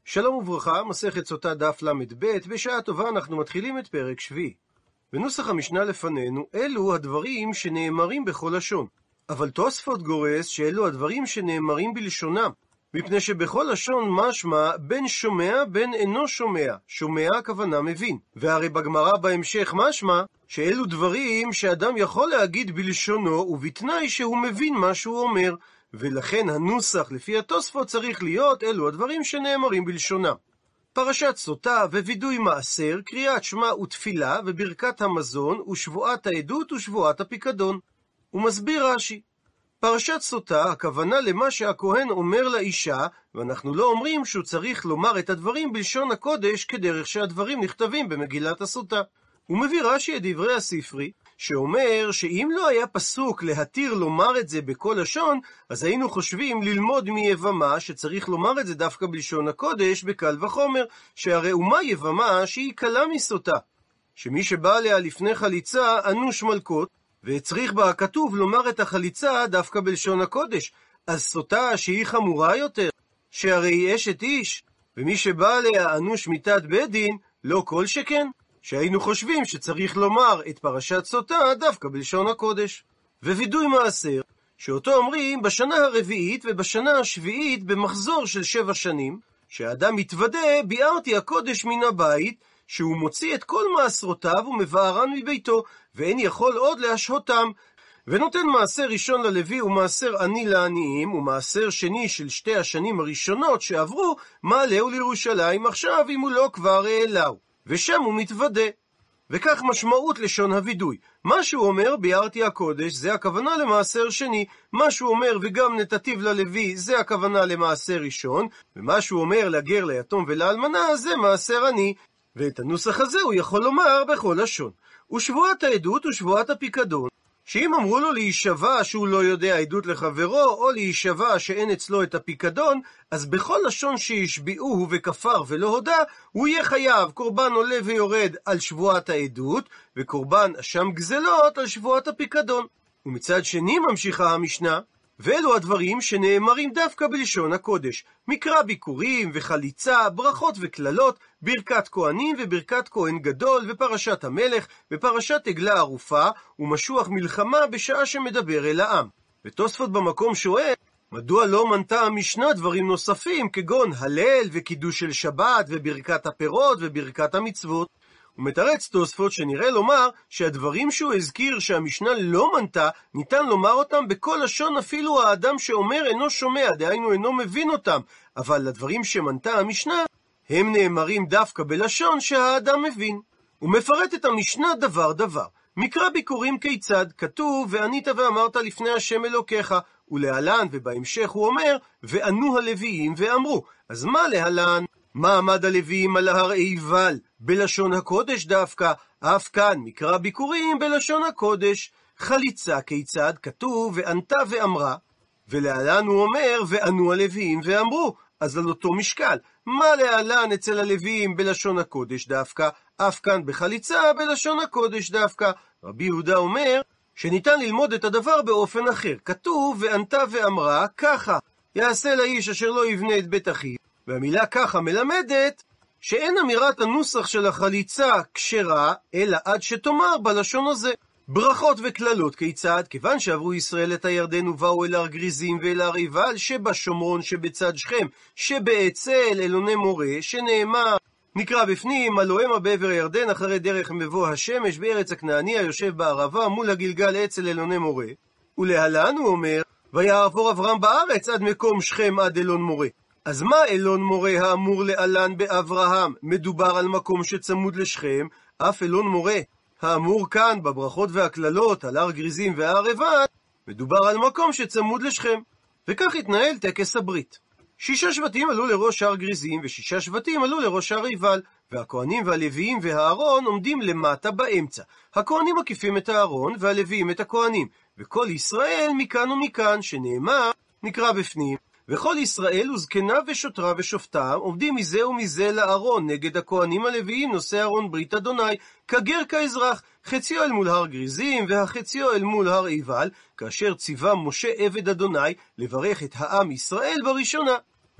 שלום וברכה, מסכת סוטה דף ל"ב, בשעה טובה אנחנו מתחילים את פרק שביעי. בנוסח המשנה לפנינו, אלו הדברים שנאמרים בכל לשון. אבל תוספות גורס שאלו הדברים שנאמרים בלשונם, מפני שבכל לשון משמע בין שומע בין אינו שומע, שומע הכוונה מבין. והרי בגמרא בהמשך משמע שאלו דברים שאדם יכול להגיד בלשונו ובתנאי שהוא מבין מה שהוא אומר, ולכן הנוסח לפי התוספות צריך להיות אלו הדברים שנאמרים בלשונם. פרשת סוטה ווידוי מעשר, קריאת שמע ותפילה וברכת המזון ושבועת העדות ושבועת הפיקדון. הוא מסביר רש"י, פרשת סוטה הכוונה למה שהכהן אומר לאישה, ואנחנו לא אומרים שהוא צריך לומר את הדברים בלשון הקודש כדרך שהדברים נכתבים במגילת הסוטה. הוא מביא רש"י את דברי הספרי, שאומר שאם לא היה פסוק להתיר לומר את זה בכל לשון, אז היינו חושבים ללמוד מיבמה שצריך לומר את זה דווקא בלשון הקודש בקל וחומר, שהרי אומה יבמה שהיא קלה מסוטה, שמי שבא עליה לפני חליצה אנוש מלכות, והצריך בה הכתוב לומר את החליצה דווקא בלשון הקודש. אז סוטה שהיא חמורה יותר, שהרי היא אשת איש, ומי שבא עליה אנוש מיתת בית דין, לא כל שכן, שהיינו חושבים שצריך לומר את פרשת סוטה דווקא בלשון הקודש. ווידוי מעשר, שאותו אומרים בשנה הרביעית ובשנה השביעית במחזור של 7 שנים, שהאדם מתוודה ביארתי הקודש מן הבית, שהוא מוציא את כל מעשרותיו ומבארן מביתו, ואין יכול עוד להשהותם, ונותן מעשר ראשון ללוי ומעשר עני לעניים, ומעשר שני של 2 השנים הראשונות שעברו, מעלהו לירושלים עכשיו אם הוא לא כבר העלהו, ושם הוא מתוודה. וכך משמעות לשון הוידוי. מה שהוא אומר ביארתי הקודש זה הכוונה למעשר שני, מה שהוא אומר וגם נתתיו ללוי זה הכוונה למעשר ראשון, ומה שהוא אומר לגר ליתום ולאלמנה זה מעשר עני, ואת הנוסח הזה הוא יכול לומר בכל לשון. ושבועת העדות ושבועת הפיקדון, שאם אמרו לו להישבע שהוא לא יודע עדות לחברו, או להישבע שאין אצלו את הפיקדון, אז בכל לשון שישביעוהו וכפר ולא הודה, הוא יהיה חייב קורבן עולה ויורד על שבועת העדות, וקורבן אשם גזלות על שבועת הפיקדון. ומצד שני ממשיכה המשנה, ואלו הדברים שנאמרים דווקא בלשון הקודש, מקרא ביקורים וחליצה, ברכות וכללות, ברכת כהנים וברכת כהן גדול, ופרשת המלך, ופרשת עגלה ערופה, ומשוח מלחמה בשעה שמדבר אל העם. ותוספות במקום שואל, מדוע לא מנתה המשנה דברים נוספים, כגון הלל וקידוש של שבת, וברכת הפירות וברכת המצוות? הוא מתרץ תוספות שנראה לומר שהדברים שהוא הזכיר שהמשנה לא מנתה, ניתן לומר אותם בכל לשון אפילו האדם שאומר אינו שומע, דהיינו אינו מבין אותם, אבל הדברים שמנתה המשנה הם נאמרים דווקא בלשון שהאדם מבין. הוא מפרט את המשנה דבר דבר. מקרא ביקורים כיצד? כתוב וענית ואמרת לפני השם אלוקיך, ולהלן ובהמשך הוא אומר וענו הלוויים ואמרו. אז מה להלן? מעמד הלוויים על הר עיבל בלשון הקודש דווקא, אף כאן מקרא ביקורים בלשון הקודש. חליצה כיצד? כתוב וענתה ואמרה, ולהלן הוא אומר וענו הלוויים ואמרו. אז על אותו משקל, מה להלן אצל הלוויים בלשון הקודש דווקא, אף כאן בחליצה בלשון הקודש דווקא. רבי יהודה אומר שניתן ללמוד את הדבר באופן אחר. כתוב וענתה ואמרה ככה, יעשה לאיש אשר לא יבנה את בית אחיו, והמילה ככה מלמדת שאין אמירת הנוסח של החליצה כשרה, אלא עד שתאמר בלשון הזה. ברכות וכללות כיצד? כיוון שעברו ישראל את הירדן ובאו אל הר גריזים ואל הר עיבל שבשומרון שבצד שכם שבאצל אלוני מורה, שנאמר נקרא בפנים הלוא המה בעבר הירדן אחרי דרך מבוא השמש בארץ הכנעני היושב בערבה מול הגלגל אצל אלוני מורה. ולהלן הוא אומר ויעבור אברהם בארץ עד מקום שכם עד אלון מורה. אז מה אלון מורה האמור להלן באברהם? מדובר על מקום שצמוד לשכם, אף אלון מורה האמור כאן בברכות והכללות על הר גריזים והר עיבל, מדובר על מקום שצמוד לשכם. וכך התנהל טקס הברית. 6 שבטים עלו לראש הר גריזים, ו6 שבטים עלו לראש הר עיבל, והכהנים והלוויים והארון עומדים למטה באמצע. הכהנים מקיפים את הארון, והלוויים את הכהנים, וכל ישראל מכאן ומכאן, שנאמר, נקרא בפנים, וכל ישראל וזקניו ושוטריו ושופטיו עומדים מזה ומזה לארון נגד הכהנים הלוויים נושא ארון ברית אדוני, כגר כאזרח, חציו אל מול הר גריזים והחציו אל מול הר עיבל, כאשר ציווה משה עבד אדוני לברך את העם ישראל בראשונה.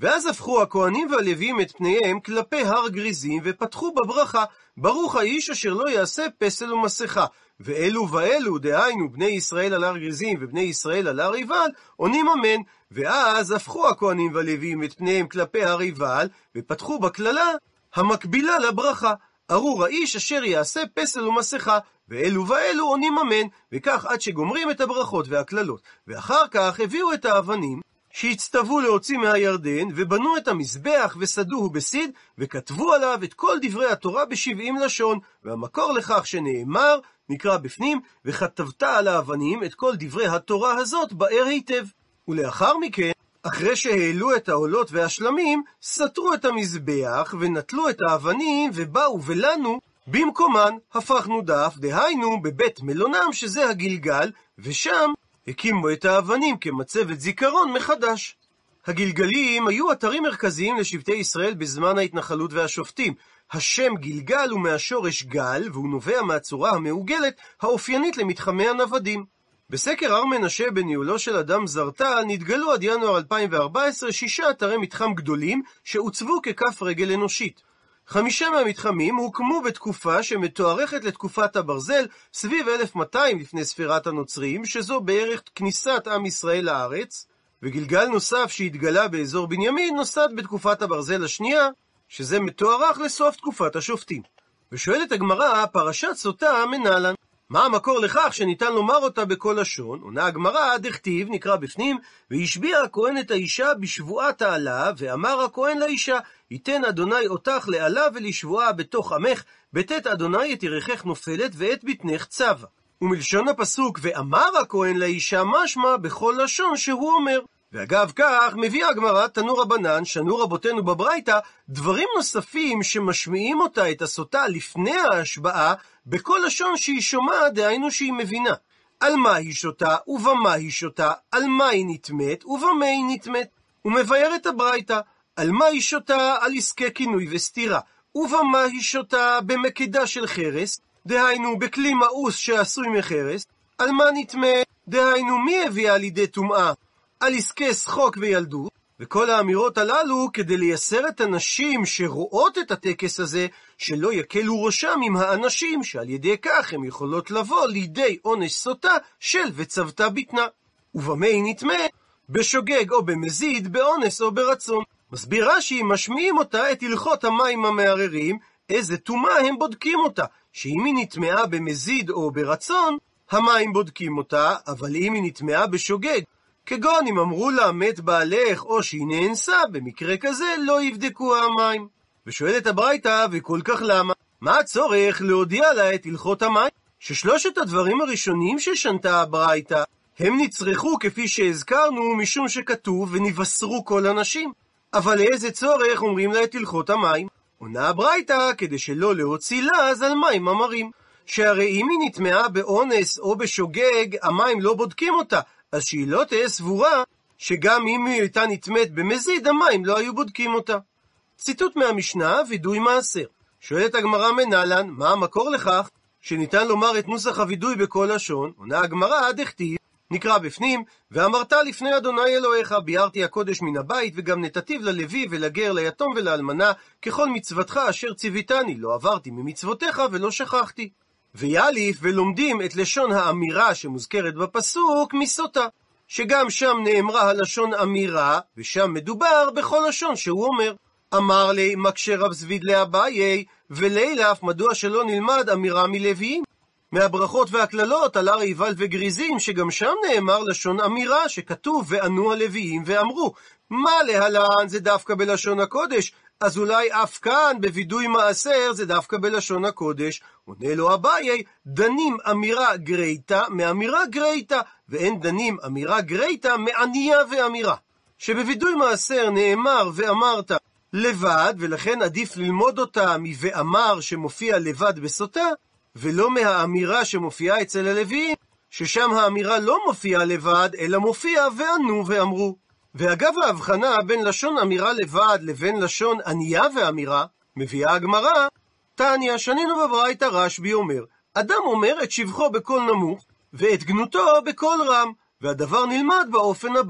ואז הפכו הכהנים והלוויים את פניהם כלפי הר גריזים, ופתחו בברכה, ברוך האיש אשר לא יעשה פסל ומסכה. ואלו ואלו, דהיינו בני ישראל על הר גריזים ובני ישראל על הר עיבל, עונים אמן. ואז הפכו הכהנים והלוויים את פניהם כלפי הר עיבל, ופתחו בקללה המקבילה לברכה, ארור האיש אשר יעשה פסל ומסכה. ואלו ואלו עונים אמן. וכך עד שגומרים את הברכות והקללות. ואחר כך הביאו את האבנים שהצטוו להוציא מהירדן, ובנו את המזבח וסדוהו בסיד, וכתבו עליו את כל דברי התורה ב70 לשון. והמקור לכך שנאמר, נקרא בפנים, וכתבת על האבנים את כל דברי התורה הזאת באר היטב. ולאחר מכן, אחרי שהעלו את העולות והשלמים, סתרו את המזבח ונטלו את האבנים, ובאו ולנו במקומן, הפכנו דף, דהיינו בבית מלונם שזה הגלגל, ושם הקימו את האבנים כמצבת זיכרון מחדש. הגלגלים היו אתרים מרכזיים לשבטי ישראל בזמן ההתנחלות והשופטים. השם גלגל הוא מהשורש גל, והוא נובע מהצורה המעוגלת האופיינית למתחמי הנוודים. בסקר הר מנשה בניהולו של אדם זרטל נתגלו עד ינואר 2014 6 אתרי מתחם גדולים שעוצבו ככף רגל אנושית. 5 מהמתחמים הוקמו בתקופה שמתוארכת לתקופת הברזל, סביב 1200 לפני ספירת הנוצרים, שזו בערך כניסת עם ישראל לארץ, וגלגל נוסף שהתגלה באזור בנימין נוסד בתקופת הברזל השנייה, שזה מתוארך לסוף תקופת השופטים. ושואלת הגמרא, פרשת סוטה מנהלן, מה המקור לכך שניתן לומר אותה בכל לשון? עונה הגמרא, דכתיב, נקרא בפנים, והשביע הכהן את האישה בשבועת העלה, ואמר הכהן לאישה, ייתן אדוני אותך לעלה ולשבועה בתוך עמך, בתת אדוני את ירכך נופלת ואת בטנך צבה. ומלשון הפסוק, ואמר הכהן לאישה, משמע בכל לשון שהוא אומר. ואגב כך, מביאה הגמרא תנו רבנן, שנו רבותינו בברייתא, דברים נוספים שמשמיעים אותה את הסוטה לפני ההשבעה, בכל לשון שהיא שומעת, דהיינו שהיא מבינה. על מה היא שותה, ובמה היא שותה, על מה היא נטמאת, ובמה היא נטמאת. הוא מבאר את הברייתא, על מה היא שותה, על עסקי כינוי וסתירה, ובמה היא שותה, במקדה של חרס, דהיינו בכלי מאוס שעשוי מחרס, על מה נטמאת, דהיינו מי הביאה לידי טומאה, על עסקי שחוק וילדות. וכל האמירות הללו כדי לייסר את הנשים שרואות את הטקס הזה, שלא יקלו ראשם עם האנשים, שעל ידי כך הם יכולות לבוא לידי עונש סוטה של וצוותה בטנה. ובמה היא נטמאת? בשוגג או במזיד, באונס או ברצון. מסבירה שהיא משמיעים אותה את הלכות המים המערערים, איזה טומאה הם בודקים אותה, שאם היא נטמעה במזיד או ברצון, המים בודקים אותה, אבל אם היא נטמעה בשוגג, כגון אם אמרו לה מת בעלך או שהיא נאנסה, במקרה כזה לא יבדקו המים. ושואלת הברייתא, וכל כך למה? מה הצורך להודיע לה את הלכות המים? ששלושת הדברים הראשונים ששנתה הברייתא, הם נצרכו כפי שהזכרנו משום שכתוב ונבשרו כל הנשים. אבל לאיזה צורך אומרים לה את הלכות המים? עונה הברייתא, כדי שלא להוציא לז על מים המרים. שהרי אם היא נטמעה באונס או בשוגג, המים לא בודקים אותה, אז שהיא לא תהיה סבורה שגם אם היא הייתה נטמאת במזיד, המים לא היו בודקים אותה. ציטוט מהמשנה, וידוי מעשר. שואלת הגמרא מנהלן, מה המקור לכך שניתן לומר את נוסח הוידוי בכל לשון? עונה הגמרא, דכתיב, נקרא בפנים, ואמרת לפני אדוני אלוהיך, ביארתי הקודש מן הבית, וגם נתתיו ללוי ולגר, ליתום ולאלמנה, ככל מצוותך אשר ציוויתני, לא עברתי ממצוותיך ולא שכחתי. ויאליף ולומדים את לשון האמירה שמוזכרת בפסוק מסוטה, שגם שם נאמרה הלשון אמירה, ושם מדובר בכל לשון שהוא אומר. אמר לי מקשה רב זביד לאביי, ולילף מדוע שלא נלמד אמירה מלוויים? מהברכות והכללות על הר עיבל וגריזים, שגם שם נאמר לשון אמירה, שכתוב וענו הלוויים ואמרו. מה להלן זה דווקא בלשון הקודש, אז אולי אף כאן בוידוי מעשר זה דווקא בלשון הקודש. עונה לו אביי, דנים אמירה גרייתא מאמירה גרייתא, ואין דנים אמירה גרייתא מענייה ואמירה. שבוידוי מעשר נאמר ואמרת לבד, ולכן עדיף ללמוד אותה מ"ואמר" שמופיע לבד בסוטה, ולא מהאמירה שמופיעה אצל הלוויים, ששם האמירה לא מופיעה לבד, אלא מופיע וענו ואמרו. ואגב ההבחנה בין לשון אמירה לבד לבין לשון ענייה ואמירה, מביאה הגמרא, תניא, שנינו בברייתא רשב"י אומר, אדם אומר את שבחו בקול נמוך, ואת גנותו בקול רם, והדבר נלמד באופן הבא,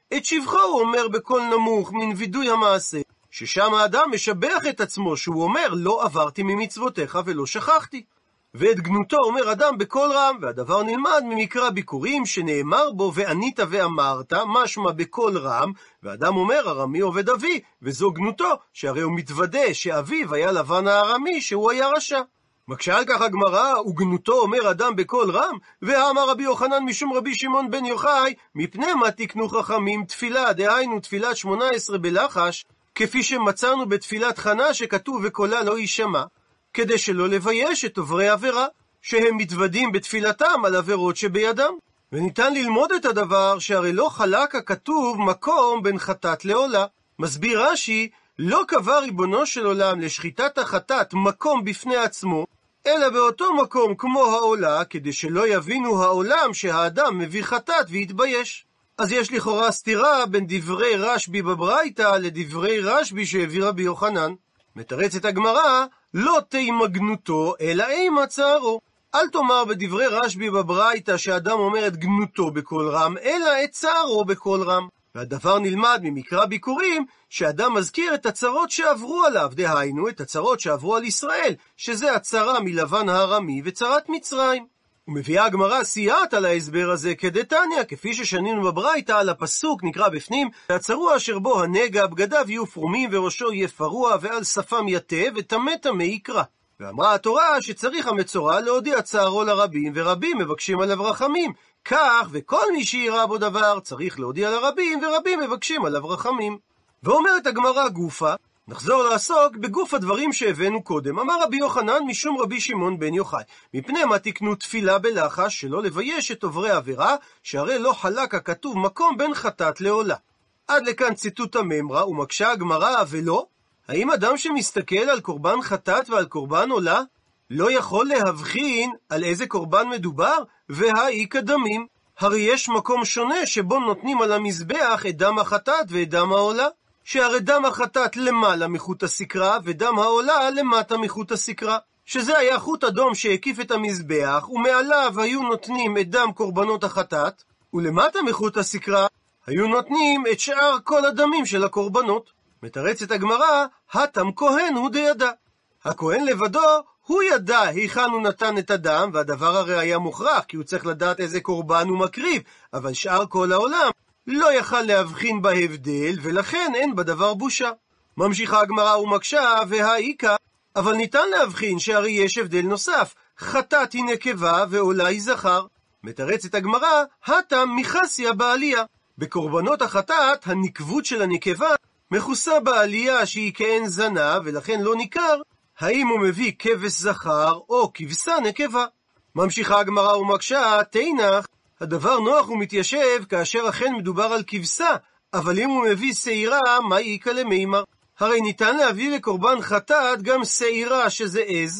את שבחו הוא אומר בקול נמוך מן וידוי המעשה, ששם האדם משבח את עצמו, שהוא אומר לא עברתי ממצוותיך ולא שכחתי. ואת גנותו אומר אדם בקול רם, והדבר נלמד ממקרא ביכורים שנאמר בו וענית ואמרת, משמע בקול רם, ואדם אומר ארמי עובד אבי, וזו גנותו, שהרי הוא מתוודה שאביו היה לבן הארמי שהוא היה רשע. מקשה על כך הגמרא, וגנותו אומר אדם בקול רם, ואמר רבי יוחנן משום רבי שמעון בן יוחאי, מפני מה תקנו חכמים תפילה, דהיינו תפילת 18 בלחש, כפי שמצאנו בתפילת חנה שכתוב וקולה לא יישמע, כדי שלא לבייש את עוברי עבירה, שהם מתוודים בתפילתם על עבירות שבידם. וניתן ללמוד את הדבר שהרי לא חלק הכתוב מקום בין חטאת לעולה. מסביר רש"י, לא קבע ריבונו של עולם לשחיטת החטאת מקום בפני עצמו, אלא באותו מקום כמו העולה, כדי שלא יבינו העולם שהאדם מביא חטאת ויתבייש. אז יש לכאורה סתירה בין דברי רשב"י בברייתא לדברי רשב"י שהביא רבי יוחנן. מתרצת הגמרא, לא תימא גנותו, אלא אימא צערו. אל תאמר בדברי רשב"י בברייתא שאדם אומר את גנותו בקול רם, אלא את צערו בקול רם. והדבר נלמד ממקרא ביכורים, שאדם מזכיר את הצרות שעברו עליו, דהיינו את הצרות שעברו על ישראל, שזה הצרה מלבן הארמי וצרת מצרים. ומביאה הגמרא סייעת על ההסבר הזה כדתניא, כפי ששנינו בברייתא על הפסוק נקרא בפנים, והצרוע אשר בו הנגע, בגדיו יהיו פרומים וראשו יהיה פרוע ועל שפם יתה וטמא טמא יקרא. ואמרה התורה שצריך המצורע להודיע צערו לרבים, ורבים מבקשים עליו רחמים. כך וכל מי שיראה בו דבר צריך להודיע לרבים, ורבים מבקשים עליו רחמים. ואומרת הגמרא גופה, נחזור לעסוק בגוף הדברים שהבאנו קודם. אמר רבי יוחנן משום רבי שמעון בן יוחאי, מפני מה תקנו תפילה בלחש, שלא לבייש את עוברי עבירה, שהרי לא חלק הכתוב מקום בין חטאת לעולה. עד לכאן ציטוט הממרה, ומקשה הגמרא ולא, האם אדם שמסתכל על קורבן חטאת ועל קורבן עולה, לא יכול להבחין על איזה קורבן מדובר? והאי כדמים, הרי יש מקום שונה שבו נותנים על המזבח את דם החטאת ואת דם העולה, שהרי דם החטאת למעלה מחוט הסקרה, ודם העולה למטה מחוט הסקרה, שזה היה חוט אדום שהקיף את המזבח, ומעליו היו נותנים את דם קורבנות החטאת, ולמטה מחוט הסקרה היו נותנים את שאר כל הדמים של הקורבנות. מתרצת הגמרא, התם כהן הוא דידע. הכהן לבדו הוא ידע היכן הוא נתן את הדם, והדבר הרי היה מוכרח, כי הוא צריך לדעת איזה קורבן הוא מקריב, אבל שאר כל העולם לא יכל להבחין בהבדל, ולכן אין בדבר בושה. ממשיכה הגמרא ומקשה, והאיקה, אבל ניתן להבחין שהרי יש הבדל נוסף, חטאת היא נקבה ועולה היא זכר. מתרצת הגמרא, התם מחסיה בעלייה. בקורבנות החטאת, הנקבות של הנקבה מכוסה בעלייה שהיא כאין זנה, ולכן לא ניכר האם הוא מביא כבש זכר או כבשה נקבה. ממשיכה הגמרא ומקשה, תינך, הדבר נוח ומתיישב כאשר אכן מדובר על כבשה, אבל אם הוא מביא שעירה, מה יקה למימר? הרי ניתן להביא לקורבן חטאת גם שעירה שזה עז,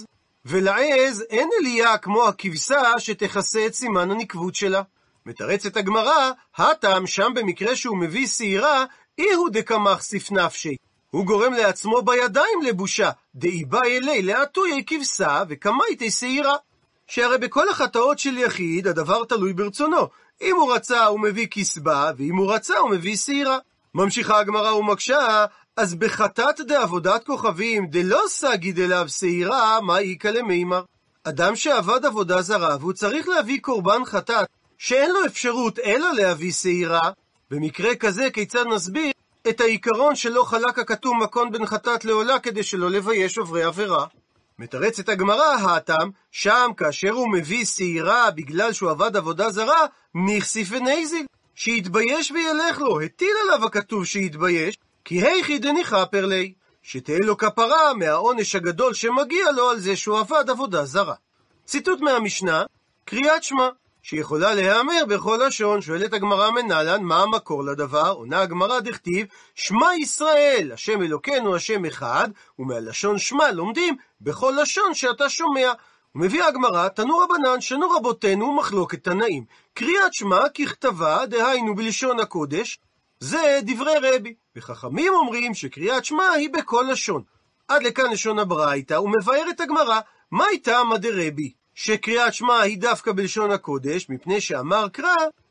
ולעז אין אליה כמו הכבשה שתכסה את סימן הנקבות שלה. מתרצת הגמרא, הטעם שם במקרה שהוא מביא שעירה, איהו דקמח סיף נפשי. הוא גורם לעצמו בידיים לבושה, דאיבא אלי לעטויי כבשה וקמייתי שעירה. שהרי בכל החטאות של יחיד הדבר תלוי ברצונו. אם הוא רצה הוא מביא כסבה, ואם הוא רצה הוא מביא שעירה. ממשיכה הגמרא ומקשה, אז בחטאת דעבודת כוכבים דלא סגיד אליו שעירה, מה יקה למימר? אדם שעבד עבודה זרה והוא צריך להביא קורבן חטאת שאין לו אפשרות אלא להביא שעירה, במקרה כזה כיצד נסביר את העיקרון שלא חלק הכתוב מקום בין חטאת לעולה כדי שלא לבייש עוברי עבירה? מתרצת הגמרא, הטעם, שם כאשר הוא מביא שעירה בגלל שהוא עבד עבודה זרה, נכסיף ונזיל, שיתבייש וילך לו, הטיל עליו הכתוב שיתבייש, כי היכי דניחפר לי, שתהיה לו כפרה מהעונש הגדול שמגיע לו על זה שהוא עבד עבודה זרה. ציטוט מהמשנה, קריאת שמע, שיכולה להיאמר בכל לשון. שואלת הגמרא מנלן, מה המקור לדבר? עונה הגמרא דכתיב, שמע ישראל, השם אלוקינו השם אחד, ומהלשון שמע לומדים בכל לשון שאתה שומע. ומביאה הגמרא, תנו רבנן, שנו רבותינו מחלוקת תנאים. קריאת שמע ככתבה, דהיינו בלשון הקודש, זה דברי רבי. וחכמים אומרים שקריאת שמע היא בכל לשון. עד לכאן לשון הברייתא, ומבארת הגמרא, מה איתה דרבי? שקריאת שמע היא דווקא בלשון הקודש, מפני שאמר קרא,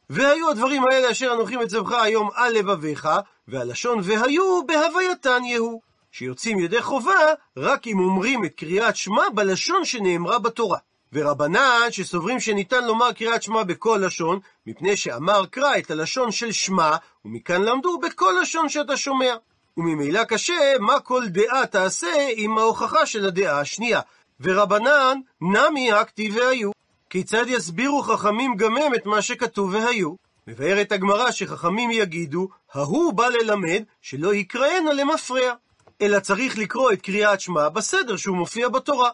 והיו הדברים האלה אשר אנוכי מצווך היום על לבביך, והלשון והיו בהווייתן יהיו, שיוצאים ידי חובה רק אם אומרים את קריאת שמע בלשון שנאמרה בתורה. ורבנן שסוברים שניתן לומר קריאת שמע בכל לשון, מפני שאמר קרא את הלשון של שמע, ומכאן למדו בכל לשון שאתה שומע. וממילא קשה מה כל דעה תעשה עם ההוכחה של הדעה השנייה. ורבנן נמי הכתיב והיו. כיצד יסבירו חכמים גם את מה שכתוב והיו? מבארת הגמרא שחכמים יגידו, ההוא בא ללמד שלא יקראנה למפרע, אלא צריך לקרוא את קריאת שמע בסדר שהוא מופיע בתורה.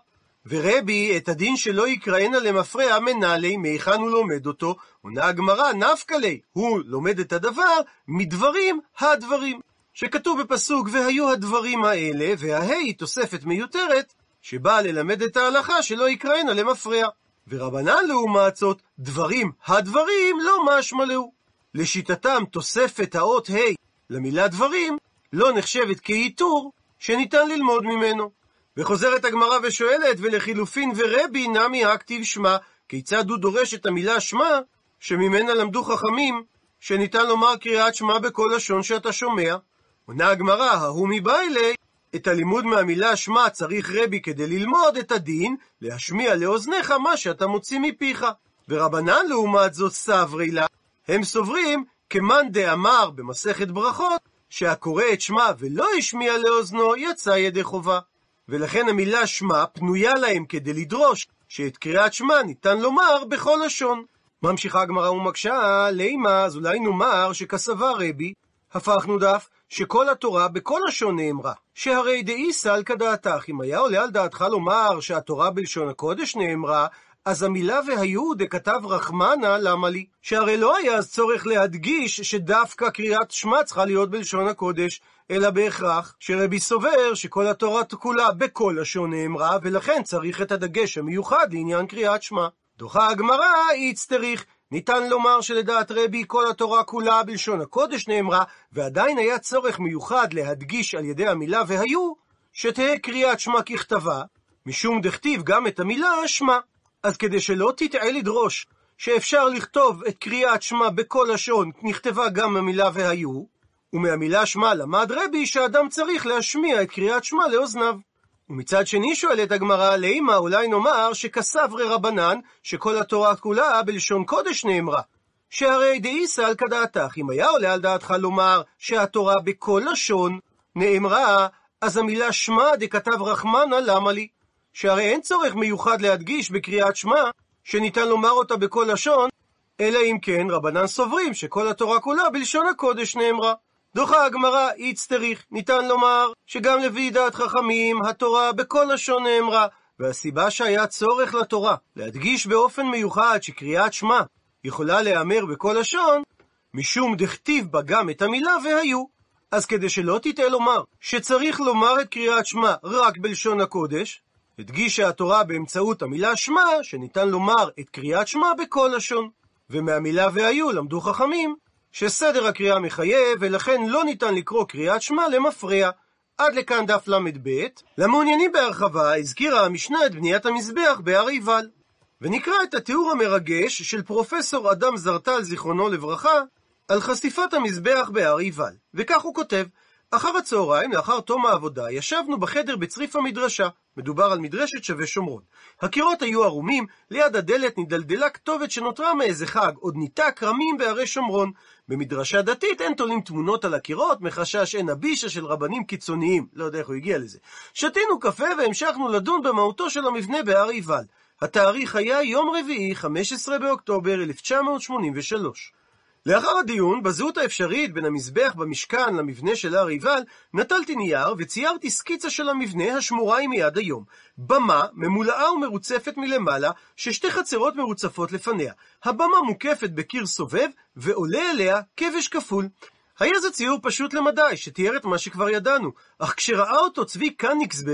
ורבי את הדין שלא יקראנה למפרע מנהלי, מהיכן הוא לומד אותו? עונה הגמרא נפקא ליה, הוא לומד את הדבר מדברים הדברים, שכתוב בפסוק והיו הדברים האלה, וההי תוספת מיותרת שבאה ללמד את ההלכה שלא יקראנה למפרע. ורבנן לעומת זאת דברים הדברים לא משמע לו. לשיטתם תוספת האות ה' למילה דברים לא נחשבת כעיטור שניתן ללמוד ממנו. וחוזרת הגמרא ושואלת, ולחילופין ורבי נמי הכתיב שמע, כיצד הוא דורש את המילה שמע שממנה למדו חכמים שניתן לומר קריאת שמע בכל לשון שאתה שומע? עונה הגמרא, ההוא מבעילי, את הלימוד מהמילה שמע צריך רבי כדי ללמוד את הדין להשמיע לאוזניך מה שאתה מוציא מפיך. ורבנן לעומת זאת סברי לה, הם סוברים כמאן דאמר במסכת ברכות שהקורא את שמע ולא השמיע לאוזנו יצא ידי חובה, ולכן המילה שמע פנויה להם כדי לדרוש שאת קריאת שמע ניתן לומר בכל לשון. ממשיכה הגמרא ומקשה, לימה, אז אולי נאמר שכסבה רבי, הפכנו דף שכל התורה בכל לשון נאמרה, שהרי דאי סל כדעתך, אם היה עולה על דעתך לומר שהתורה בלשון הקודש נאמרה, אז המילה והיו דכתב רחמנה למה לי? שהרי לא היה אז צורך להדגיש שדווקא קריאת שמע צריכה להיות בלשון הקודש, אלא בהכרח שרבי סובר שכל התורה כולה בכל לשון נאמרה, ולכן צריך את הדגש המיוחד לעניין קריאת שמע. דוחה הגמרא איצטריך, ניתן לומר שלדעת רבי כל התורה כולה בלשון הקודש נאמרה, ועדיין היה צורך מיוחד להדגיש על ידי המילה והיו שתהא קריאת שמע ככתבה, משום דכתיב גם את המילה שמע. אז כדי שלא תטעה לדרוש שאפשר לכתוב את קריאת שמע בכל לשון נכתבה גם המילה והיו, ומהמילה שמע למד רבי שאדם צריך להשמיע את קריאת שמע לאוזניו. ומצד שני שואלת הגמרא, לימה אולי נאמר שכסברי רבנן שכל התורה כולה בלשון קודש נאמרה, שהרי דאי סל כדעתך, אם היה עולה על דעתך לומר שהתורה בכל לשון נאמרה, אז המילה שמע דכתב רחמנה למה לי? שהרי אין צורך מיוחד להדגיש בקריאת שמע שניתן לומר אותה בכל לשון, אלא אם כן רבנן סוברים שכל התורה כולה בלשון הקודש נאמרה. דוחה הגמרא איצטריך, ניתן לומר שגם לפי דעת חכמים התורה בכל לשון נאמרה, והסיבה שהיה צורך לתורה להדגיש באופן מיוחד שקריאת שמע יכולה להיאמר בכל לשון, משום דכתיב בה גם את המילה והיו. אז כדי שלא תטעה לומר שצריך לומר את קריאת שמע רק בלשון הקודש, הדגישה התורה באמצעות המילה שמע שניתן לומר את קריאת שמע בכל לשון. ומהמילה והיו למדו חכמים שסדר הקריאה מחייב, ולכן לא ניתן לקרוא קריאת שמע למפרע. עד לכאן דף למד ב'. למעוניינים בהרחבה הזכירה המשנה את בניית המזבח בהר עיבל, ונקרא את התיאור המרגש של פרופסור אדם זרטל זיכרונו לברכה על חשיפת המזבח בהר עיבל. וכך הוא כותב, אחר הצהריים, לאחר תום העבודה, ישבנו בחדר בצריף המדרשה. מדובר על מדרשת שווה שומרון. הקירות היו ערומים, ליד הדלת נדלדלה כתובת שנותרה מאיזה חג, עוד ניטה כרמים בהרי שומרון. במדרשה דתית אין תולים תמונות על הקירות, מחשש אין הבישה של רבנים קיצוניים. לא יודע איך הוא הגיע לזה. שתינו קפה והמשכנו לדון במהותו של המבנה בהר עיבל. התאריך היה יום רביעי, 15 באוקטובר 1983. לאחר הדיון בזהות האפשרית בין המזבח במשכן למבנה של הר עיבל, נטלתי נייר וציירתי סקיצה של המבנה השמורה עם יד היום. במה ממולאה ומרוצפת מלמעלה, ששתי חצרות מרוצפות לפניה. הבמה מוקפת בקיר סובב ועולה אליה כבש כפול. היה זה ציור פשוט למדי שתיאר את מה שכבר ידענו, אך כשראה אותו צבי קניגסברג,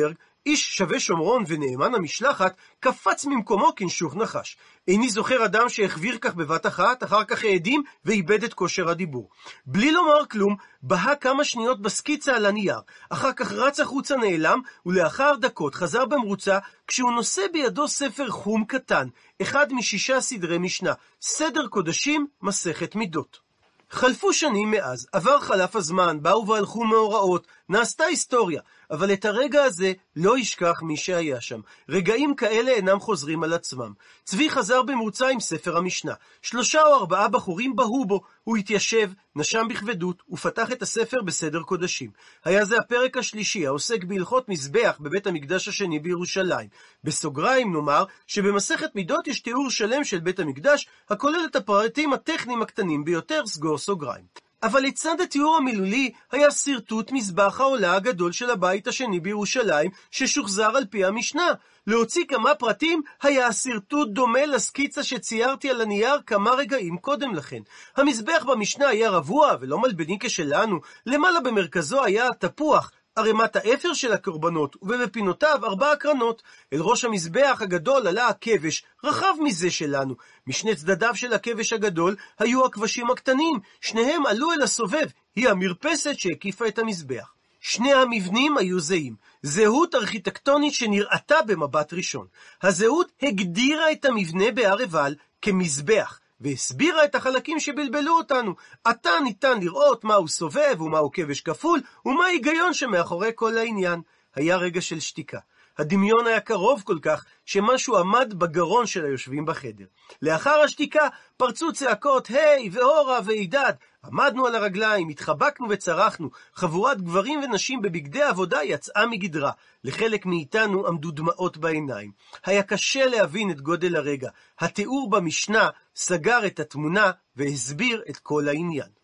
איש שווה שומרון ונאמן המשלחת קפץ ממקומו כנשוך נחש. איני זוכר אדם שהחביר כך בבת אחת, אחר כך העדים ואיבד את כושר הדיבור. בלי לומר כלום, בהה כמה שניות בסקיצה על הנייר, אחר כך רץ החוצה נעלם, ולאחר דקות חזר במרוצה כשהוא נושא בידו ספר חום קטן, אחד מ6 סדרי משנה, סדר קודשים, מסכת מידות. חלפו שנים מאז, עבר חלף הזמן, באו והלכו מאורעות, נעשתה היסטוריה, אבל את הרגע הזה לא ישכח מי שהיה שם. רגעים כאלה אינם חוזרים על עצמם. צבי חזר במרוצה עם ספר המשנה. 3 או 4 בחורים בהו בו. הוא התיישב, נשם בכבדות, ופתח את הספר בסדר קודשים. היה זה הפרק השלישי, העוסק בהלכות מזבח בבית המקדש השני בירושלים. בסוגריים נאמר שבמסכת מידות יש תיאור שלם של בית המקדש, הכולל את הפרטים הטכניים הקטנים ביותר, סגור סוגריים. אבל לצד התיאור המילולי היה שרטוט מזבח העולה הגדול של הבית השני בירושלים ששוחזר על פי המשנה. להוציא כמה פרטים היה השרטוט דומה לסקיצה שציירתי על הנייר כמה רגעים קודם לכן. המזבח במשנה היה רבוע ולא מלבני כשלנו, למעלה במרכזו היה תפוח, ערימת האפר של הקורבנות, ובפינותיו 4 קרנות. אל ראש המזבח הגדול עלה הכבש, רחב מזה שלנו. משני צדדיו של הכבש הגדול היו הכבשים הקטנים, שניהם עלו אל הסובב, היא המרפסת שהקיפה את המזבח. שני המבנים היו זהים, זהות ארכיטקטונית שנראתה במבט ראשון. הזהות הגדירה את המבנה בהר עיבל כמזבח, והסבירה את החלקים שבלבלו אותנו. עתה ניתן לראות מהו סובב ומהו כבש כפול, ומה ההיגיון שמאחורי כל העניין. היה רגע של שתיקה. הדמיון היה קרוב כל כך שמשהו עמד בגרון של היושבים בחדר. לאחר השתיקה פרצו צעקות היי והורה ועידד. עמדנו על הרגליים, התחבקנו וצרחנו. חבורת גברים ונשים בבגדי עבודה יצאה מגדרה. לחלק מאיתנו עמדו דמעות בעיניים. היה קשה להבין את גודל הרגע. התיאור במשנה סגר את התמונה והסביר את כל העניין.